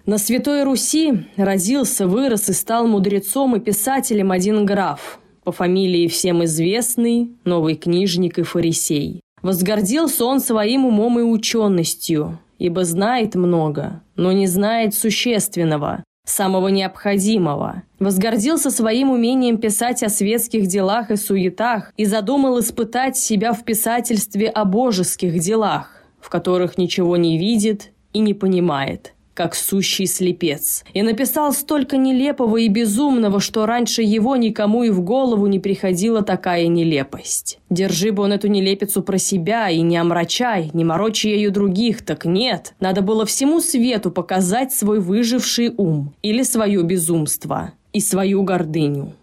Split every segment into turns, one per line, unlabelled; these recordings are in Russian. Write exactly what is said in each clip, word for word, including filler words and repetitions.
На Святой Руси родился, вырос и стал мудрецом и писателем один граф, по фамилии всем известный, новый книжник и фарисей. Возгордился он своим умом и ученостью, ибо знает много, но не знает существенного, самого необходимого. Возгордился своим умением писать о светских делах и суетах и задумал испытать себя в писательстве о божеских делах, в которых ничего не видит и не понимает, как сущий слепец. И написал столько нелепого и безумного, что раньше его никому и в голову не приходила такая нелепость. Держи бы он эту нелепицу про себя и не омрачай, не морочи ею других, так нет. Надо было всему свету показать свой выживший ум или свое безумство и свою гордыню.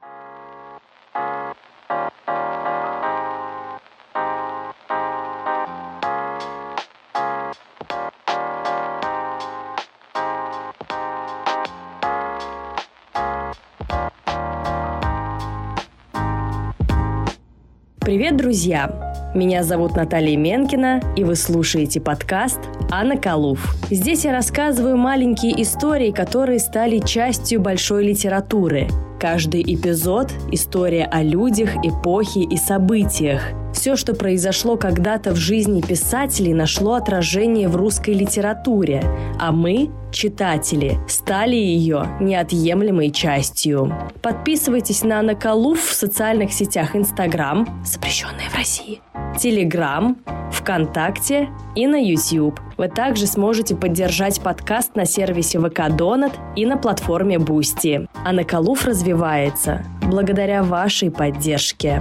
Привет, друзья! Меня зовут Наталья Менкина, и вы слушаете подкаст «Анна Калуф». Здесь я рассказываю маленькие истории, которые стали частью большой литературы. Каждый эпизод – история о людях, эпохе и событиях. Все, что произошло когда-то в жизни писателей, нашло отражение в русской литературе, а мы, читатели, стали ее неотъемлемой частью. Подписывайтесь на Анна Калуф в социальных сетях Инстаграм, запрещенная в России, Телеграм, ВКонтакте и на YouTube. Вы также сможете поддержать подкаст на сервисе ви кей Donut и на платформе Boosty. Анна Калуф развивается благодаря вашей поддержке.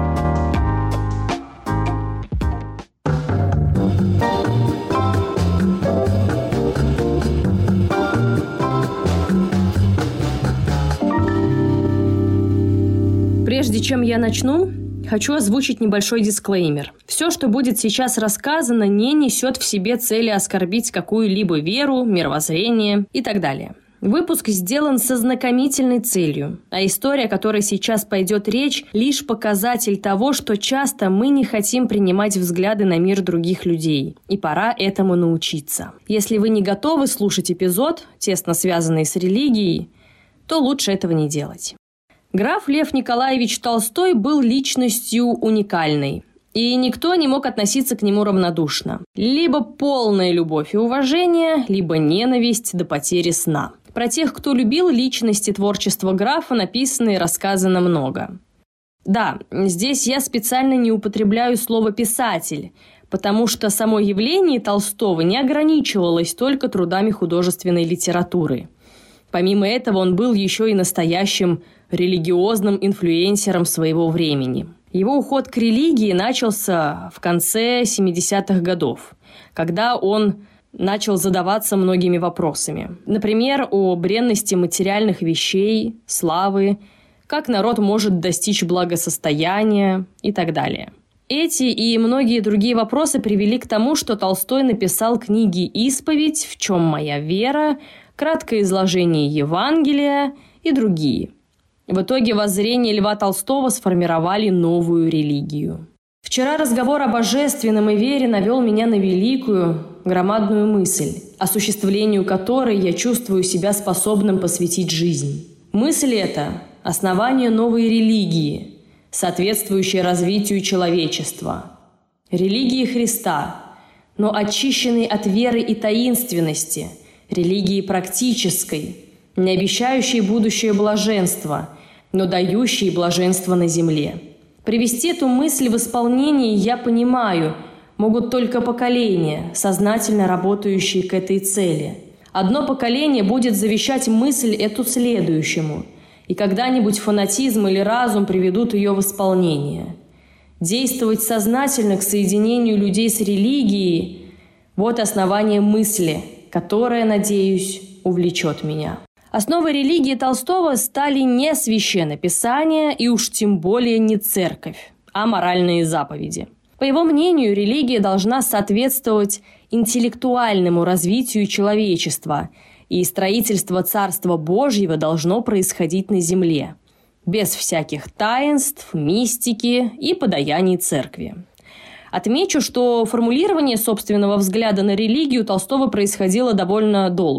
Прежде чем я начну, хочу озвучить небольшой дисклеймер. Все, что будет сейчас рассказано, не несет в себе цели оскорбить какую-либо веру, мировоззрение и так далее. Выпуск сделан со знакомительной целью, а история, о которой сейчас пойдет речь, лишь показатель того, что часто мы не хотим принимать взгляды на мир других людей, и пора этому научиться. Если вы не готовы слушать эпизод, тесно связанный с религией, то лучше этого не делать. Граф Лев Николаевич Толстой был личностью уникальной, и никто не мог относиться к нему равнодушно. Либо полная любовь и уважение, либо ненависть до потери сна. Про тех, кто любил личность и творчество графа, написано и рассказано много. Да, здесь я специально не употребляю слово «писатель», потому что само явление Толстого не ограничивалось только трудами художественной литературы. Помимо этого, он был еще и настоящим религиозным инфлюенсером своего времени. Его уход к религии начался в конце семидесятых годов, когда он начал задаваться многими вопросами. Например, о бренности материальных вещей, славы, как народ может достичь благосостояния и так далее. Эти и многие другие вопросы привели к тому, что Толстой написал книги «Исповедь», «В чем моя вера», «Краткое изложение Евангелия» и другие. В итоге воззрения Льва Толстого сформировали новую религию. Вчера разговор о божественном и вере навел меня на великую, громадную мысль, осуществлению которой я чувствую себя способным посвятить жизнь. Мысль эта – основание новой религии, соответствующей развитию человечества. Религии Христа, но очищенной от веры и таинственности, религии практической, не обещающей будущее блаженство, но дающей блаженство на земле. Привести эту мысль в исполнение, я понимаю, могут только поколения, сознательно работающие к этой цели. Одно поколение будет завещать мысль эту следующему, и когда-нибудь фанатизм или разум приведут ее в исполнение. Действовать сознательно к соединению людей с религией – вот основание мысли, которое, надеюсь, увлечет меня. Основой религии Толстого стали не священное писание и уж тем более не церковь, а моральные заповеди. По его мнению, религия должна соответствовать интеллектуальному развитию человечества, и строительство Царства Божьего должно происходить на земле, без всяких таинств, мистики и подаяний церкви. Отмечу, что формулирование собственного взгляда на религию Толстого происходило довольно долго.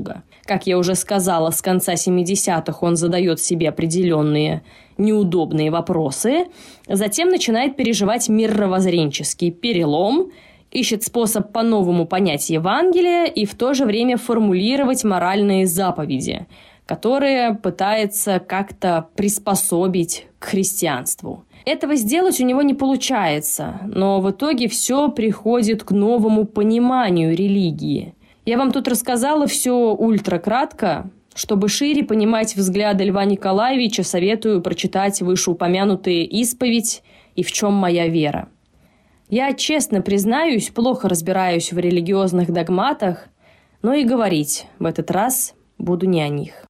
Как я уже сказала, с конца семидесятых он задает себе определенные неудобные вопросы, затем начинает переживать мировоззренческий перелом, ищет способ по-новому понять Евангелие и в то же время формулировать моральные заповеди, которые пытается как-то приспособить к христианству. Этого сделать у него не получается, но в итоге все приходит к новому пониманию религии. Я вам тут рассказала все ультракратко. Чтобы шире понимать взгляды Льва Николаевича, советую прочитать вышеупомянутые «Исповедь» и «В чем моя вера». Я, честно признаюсь, плохо разбираюсь в религиозных догматах, но и говорить в этот раз буду не о них.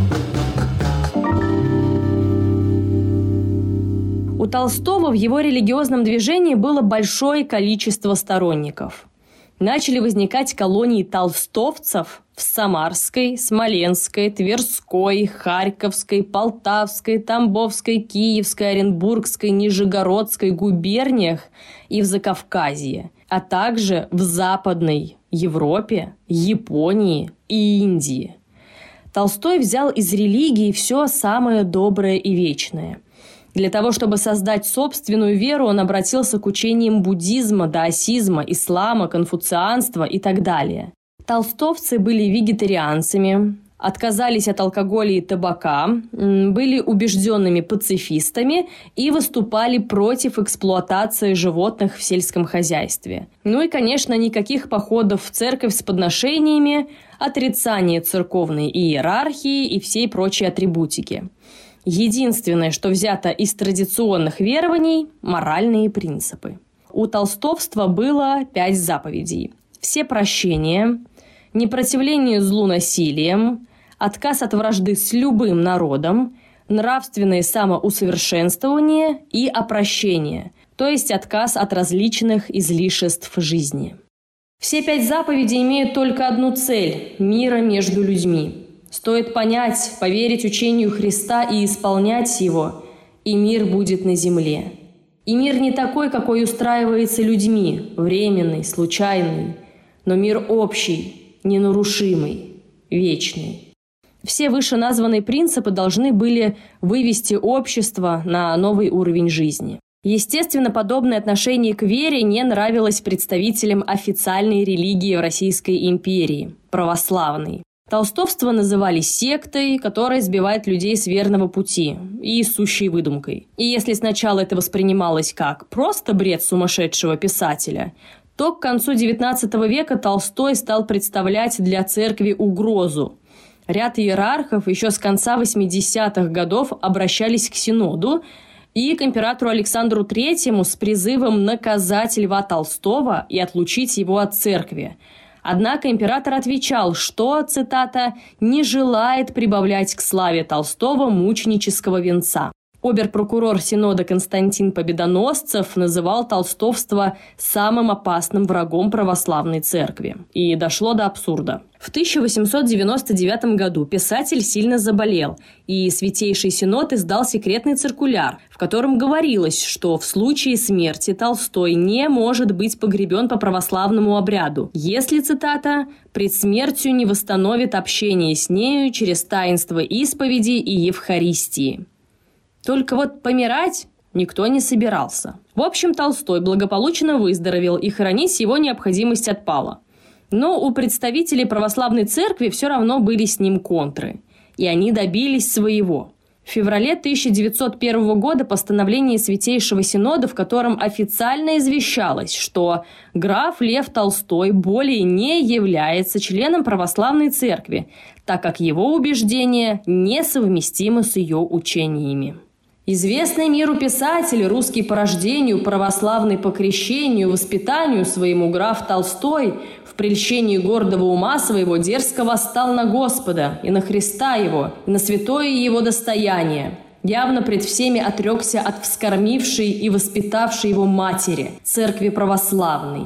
У Толстого в его религиозном движении было большое количество сторонников. Начали возникать колонии толстовцев в Самарской, Смоленской, Тверской, Харьковской, Полтавской, Тамбовской, Киевской, Оренбургской, Нижегородской губерниях и в Закавказье, а также в Западной Европе, Японии и Индии. Толстой взял из религии все самое доброе и вечное. Для того, чтобы создать собственную веру, он обратился к учениям буддизма, даосизма, ислама, конфуцианства и так далее. Толстовцы были вегетарианцами, отказались от алкоголя и табака, были убежденными пацифистами и выступали против эксплуатации животных в сельском хозяйстве. Ну и, конечно, никаких походов в церковь с подношениями, отрицание церковной иерархии и всей прочей атрибутики. Единственное, что взято из традиционных верований – моральные принципы. У толстовства было пять заповедей. Все прощения, непротивление злу насилием, отказ от вражды с любым народом, нравственное самоусовершенствование и опрощение, то есть отказ от различных излишеств жизни. Все пять заповедей имеют только одну цель – мира между людьми. Стоит понять, поверить учению Христа и исполнять его, и мир будет на земле. И мир не такой, какой устраивается людьми, временный, случайный, но мир общий, ненарушимый, вечный. Все вышеназванные принципы должны были вывести общество на новый уровень жизни. Естественно, подобное отношение к вере не нравилось представителям официальной религии в Российской империи – православной. Толстовство называли сектой, которая сбивает людей с верного пути и сущей выдумкой. И если сначала это воспринималось как просто бред сумасшедшего писателя, то к концу девятнадцатого века Толстой стал представлять для церкви угрозу. Ряд иерархов еще с конца восьмидесятых годов обращались к Синоду и к императору Александру Третьему с призывом наказать Льва Толстого и отлучить его от церкви. Однако император отвечал, что, цитата, «не желает прибавлять к славе Толстого мученического венца». Обер-прокурор Синода Константин Победоносцев называл толстовство самым опасным врагом православной церкви. И дошло до абсурда. В тысяча восемьсот девяносто девятом году писатель сильно заболел, и Святейший Синод издал секретный циркуляр, в котором говорилось, что в случае смерти Толстой не может быть погребен по православному обряду, если, цитата, «пред смертью не восстановит общение с нею через таинство исповеди и Евхаристии». Только вот помирать никто не собирался. В общем, Толстой благополучно выздоровел, и хоронить его необходимость отпала. Но у представителей православной церкви все равно были с ним контры. И они добились своего. В феврале тысяча девятьсот первого года постановление Святейшего Синода, в котором официально извещалось, что граф Лев Толстой более не является членом православной церкви, так как его убеждения несовместимы с ее учениями. Известный миру писатель, русский по рождению, православный по крещению, воспитанию своему граф Толстой в прельщении гордого ума своего дерзко восстал на Господа и на Христа его, и на святое его достояние. Явно пред всеми отрекся от вскормившей и воспитавшей его матери, церкви православной,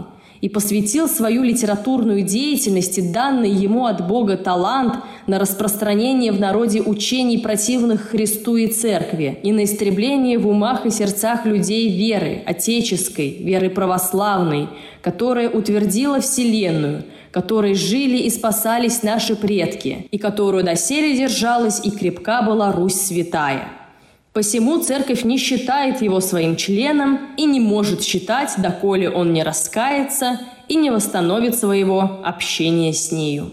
и посвятил свою литературную деятельность и данный ему от Бога талант на распространение в народе учений, противных Христу и Церкви, и на истребление в умах и сердцах людей веры, отеческой, веры православной, которая утвердила Вселенную, которой жили и спасались наши предки, и которую доселе держалась и крепка была Русь святая. Посему церковь не считает его своим членом и не может считать, доколе он не раскается и не восстановит своего общения с нею.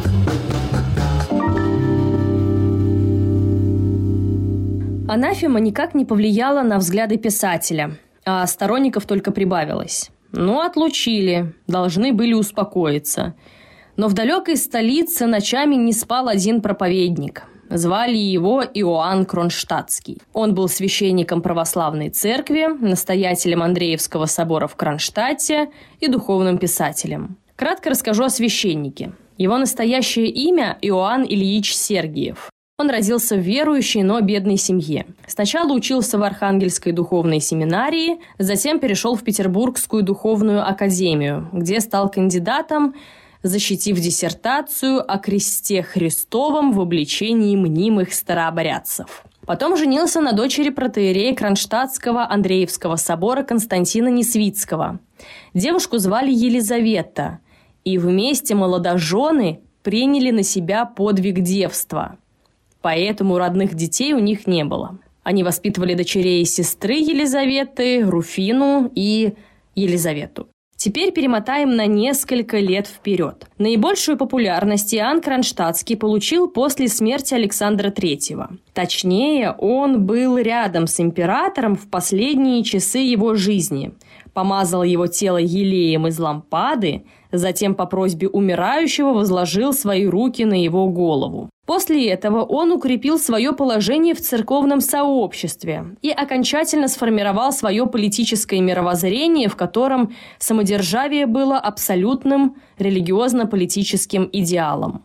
Анафема никак не повлияла на взгляды писателя, а сторонников только прибавилось. Ну, отлучили, должны были успокоиться. Но в далекой столице ночами не спал один проповедник. Звали его Иоанн Кронштадтский. Он был священником православной церкви, настоятелем Андреевского собора в Кронштадте и духовным писателем. Кратко расскажу о священнике. Его настоящее имя – Иоанн Ильич Сергиев. Он родился в верующей, но бедной семье. Сначала учился в Архангельской духовной семинарии, затем перешел в Петербургскую духовную академию, где стал кандидатом, защитив диссертацию о кресте Христовом в обличении мнимых старообрядцев. Потом женился на дочери протоиерея Кронштадтского Андреевского собора Константина Несвицкого. Девушку звали Елизавета, и вместе молодожены приняли на себя подвиг девства. Поэтому родных детей у них не было. Они воспитывали дочерей и сестры Елизаветы, Руфину и Елизавету. Теперь перемотаем на несколько лет вперед. Наибольшую популярность Иоанн Кронштадтский получил после смерти Александра Третьего. Точнее, он был рядом с императором в последние часы его жизни. Помазал его тело елеем из лампады, затем по просьбе умирающего возложил свои руки на его голову. После этого он укрепил свое положение в церковном сообществе и окончательно сформировал свое политическое мировоззрение, в котором самодержавие было абсолютным религиозно-политическим идеалом.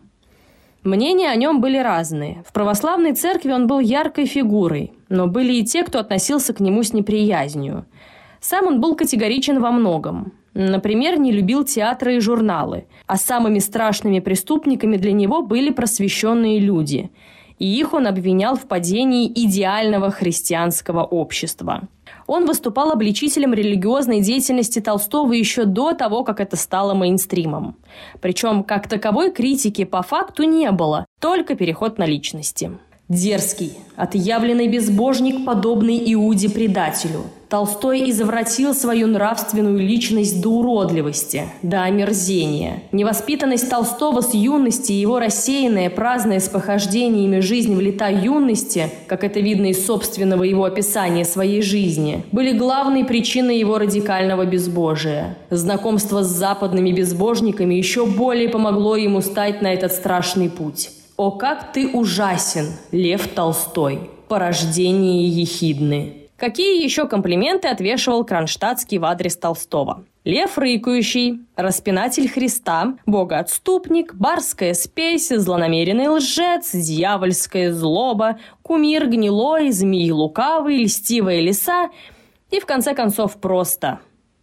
Мнения о нем были разные. В православной церкви он был яркой фигурой, но были и те, кто относился к нему с неприязнью. Сам он был категоричен во многом. Например, не любил театры и журналы, а самыми страшными преступниками для него были просвещенные люди, и их он обвинял в падении идеального христианского общества. Он выступал обличителем религиозной деятельности Толстого еще до того, как это стало мейнстримом. Причем как таковой критики по факту не было, только переход на личности. Дерзкий, отъявленный безбожник, подобный Иуде-предателю. Толстой извратил свою нравственную личность до уродливости, до омерзения. Невоспитанность Толстого с юности и его рассеянная, праздная с похождениями жизнь в лета юности, как это видно из собственного его описания своей жизни, были главной причиной его радикального безбожия. Знакомство с западными безбожниками еще более помогло ему стать на этот страшный путь. «О, как ты ужасен, Лев Толстой! Порождение ехидны!» Какие еще комплименты отвешивал Кронштадтский в адрес Толстого? Лев рыкающий, распинатель Христа, богоотступник, барская спесь, злонамеренный лжец, дьявольская злоба, кумир гнилой, змей лукавый, льстивая лиса и, в конце концов, просто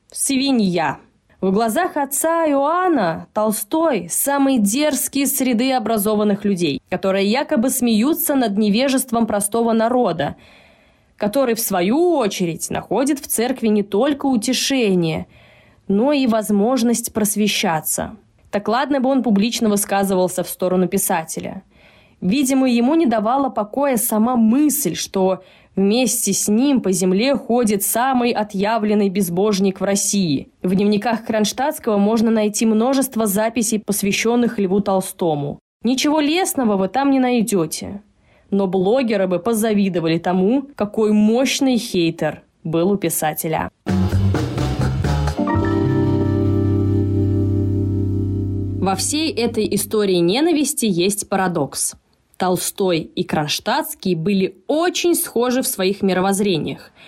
свинья. В глазах отца Иоанна Толстой – самый дерзкий из среды образованных людей, которые якобы смеются над невежеством простого народа, который, в свою очередь, находит в церкви не только утешение, но и возможность просвещаться. Так ладно бы он публично высказывался в сторону писателя. Видимо, ему не давала покоя сама мысль, что вместе с ним по земле ходит самый отъявленный безбожник в России. В дневниках Кронштадтского можно найти множество записей, посвященных Льву Толстому. Ничего лестного вы там не найдете. Но блогеры бы позавидовали тому, какой мощный хейтер был у писателя. Во всей этой истории ненависти есть парадокс. Толстой и Кронштадтский были очень схожи в своих мировоззрениях.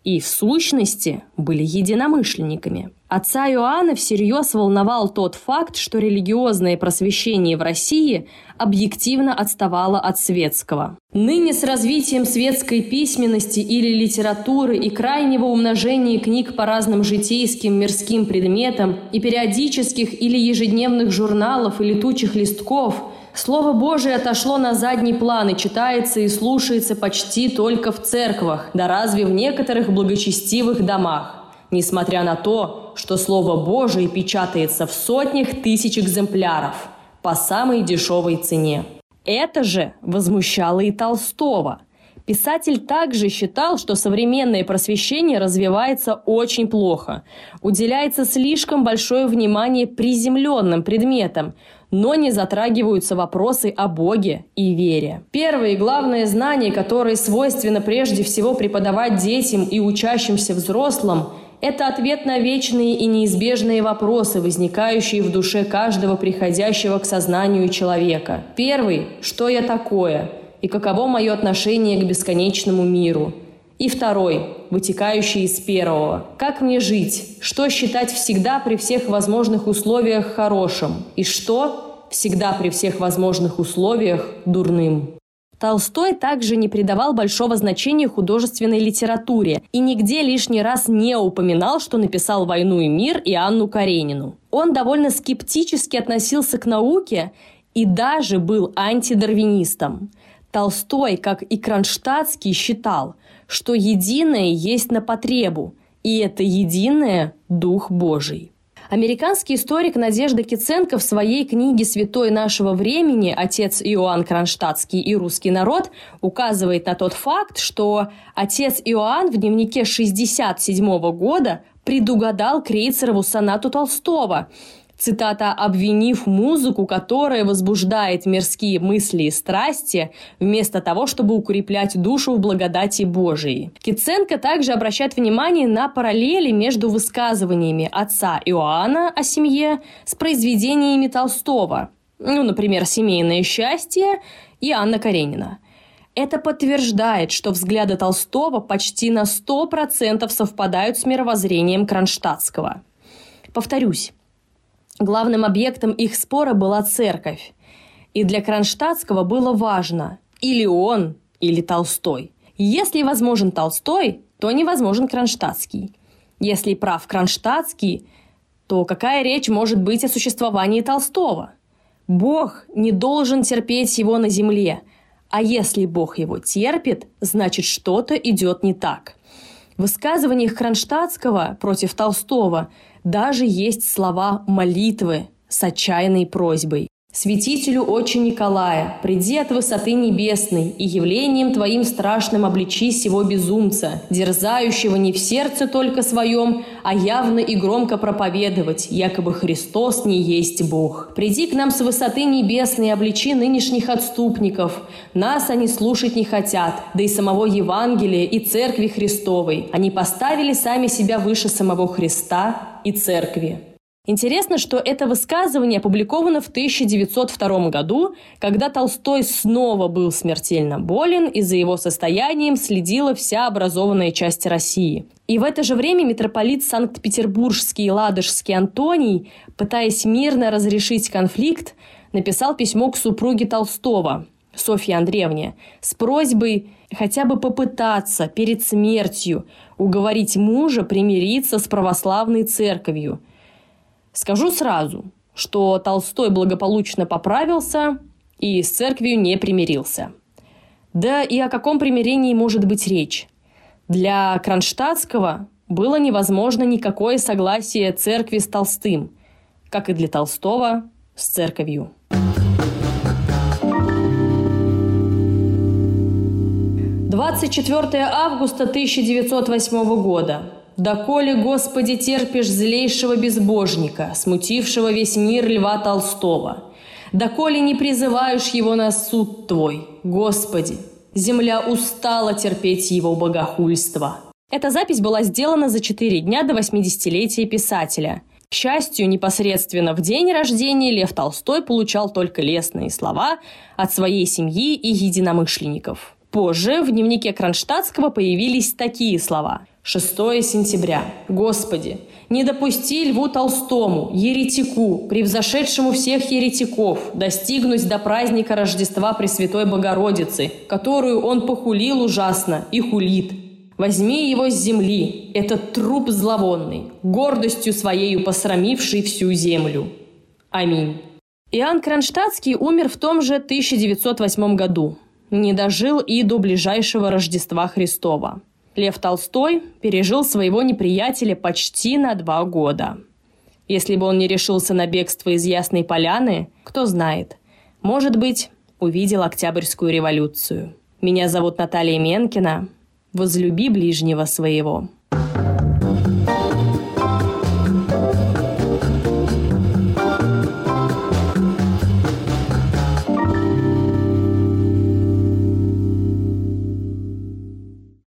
и, в сущности, были единомышленниками. Отца Иоанна всерьез волновал тот факт, что религиозное просвещение в России объективно отставало от светского. Ныне с развитием светской письменности или литературы и крайнего умножения книг по разным житейским мирским предметам и периодических или ежедневных журналов и летучих листков, Слово Божие отошло на задний план и читается и слушается почти только в церквах, да разве в некоторых благочестивых домах, несмотря на то, что Слово Божие печатается в сотнях тысяч экземпляров по самой дешевой цене. Это же возмущало и Толстого. Писатель также считал, что современное просвещение развивается очень плохо, уделяется слишком большое внимание приземленным предметам, но не затрагиваются вопросы о Боге и вере. Первое и главное знание, которое свойственно прежде всего преподавать детям и учащимся взрослым, это ответ на вечные и неизбежные вопросы, возникающие в душе каждого приходящего к сознанию человека. Первый – что я такое? И каково мое отношение к бесконечному миру? И второй, вытекающий из первого. Как мне жить? Что считать всегда при всех возможных условиях хорошим? И что всегда при всех возможных условиях дурным? Толстой также не придавал большого значения художественной литературе и нигде лишний раз не упоминал, что написал «Войну и мир» и Анну Каренину. Он довольно скептически относился к науке и даже был антидарвинистом. Толстой, как и Кронштадтский, считал, что единое есть на потребу, и это единое – Дух Божий. Американский историк Надежда Киценко в своей книге «Святой нашего времени. Отец Иоанн Кронштадтский и русский народ» указывает на тот факт, что отец Иоанн в дневнике шестьдесят седьмого года предугадал Крейцерову сонату Толстого, цитата, «обвинив музыку, которая возбуждает мирские мысли и страсти, вместо того, чтобы укреплять душу в благодати Божией». Киценко также обращает внимание на параллели между высказываниями отца Иоанна о семье с произведениями Толстого, ну, например, «Семейное счастье» и Анна Каренина. Это подтверждает, что взгляды Толстого почти на сто процентов совпадают с мировоззрением Кронштадтского. Повторюсь, главным объектом их спора была церковь. И для Кронштадтского было важно или он, или Толстой. Если возможен Толстой, то невозможен Кронштадтский. Если прав Кронштадтский, то какая речь может быть о существовании Толстого? Бог не должен терпеть его на земле, а если Бог его терпит, значит что-то идет не так. В высказываниях Кронштадтского против Толстого даже есть слова молитвы с отчаянной просьбой. «Святителю Отче Николая, приди от высоты небесной, и явлением Твоим страшным обличи сего безумца, дерзающего не в сердце только своем, а явно и громко проповедовать, якобы Христос не есть Бог. Приди к нам с высоты небесной и обличи нынешних отступников. Нас они слушать не хотят, да и самого Евангелия и Церкви Христовой. Они поставили сами себя выше самого Христа и Церкви». Интересно, что это высказывание опубликовано в тысяча девятьсот втором году, когда Толстой снова был смертельно болен, и за его состоянием следила вся образованная часть России. И в это же время митрополит Санкт-Петербургский и Ладожский Антоний, пытаясь мирно разрешить конфликт, написал письмо к супруге Толстого, Софье Андреевне, с просьбой хотя бы попытаться перед смертью уговорить мужа примириться с православной церковью. Скажу сразу, что Толстой благополучно поправился и с церковью не примирился. Да и о каком примирении может быть речь? Для Кронштадтского было невозможно никакое согласие церкви с Толстым, как и для Толстого с церковью. двадцать четвёртого августа тысяча девятьсот восьмого года. «Доколе, Господи, терпишь злейшего безбожника, смутившего весь мир Льва Толстого? Доколе не призываешь его на суд Твой, Господи? Земля устала терпеть его богохульство». Эта запись была сделана за четыре дня до восьмидесятилетия писателя. К счастью, непосредственно в день рождения Лев Толстой получал только лестные слова от своей семьи и единомышленников. Позже в дневнике Кронштадтского появились такие слова: шестое сентября. Господи, не допусти Льву Толстому, еретику, превзошедшему всех еретиков, достигнуть до праздника Рождества Пресвятой Богородицы, которую он похулил ужасно и хулит. Возьми его с земли, этот труп зловонный, гордостью своею посрамивший всю землю. Аминь. Иоанн Кронштадтский умер в том же тысяча девятьсот восьмом году. Не дожил и до ближайшего Рождества Христова. Лев Толстой пережил своего неприятеля почти на два года. Если бы он не решился на бегство из Ясной Поляны, кто знает, может быть, увидел Октябрьскую революцию. Меня зовут Наталья Менкина. Возлюби ближнего своего.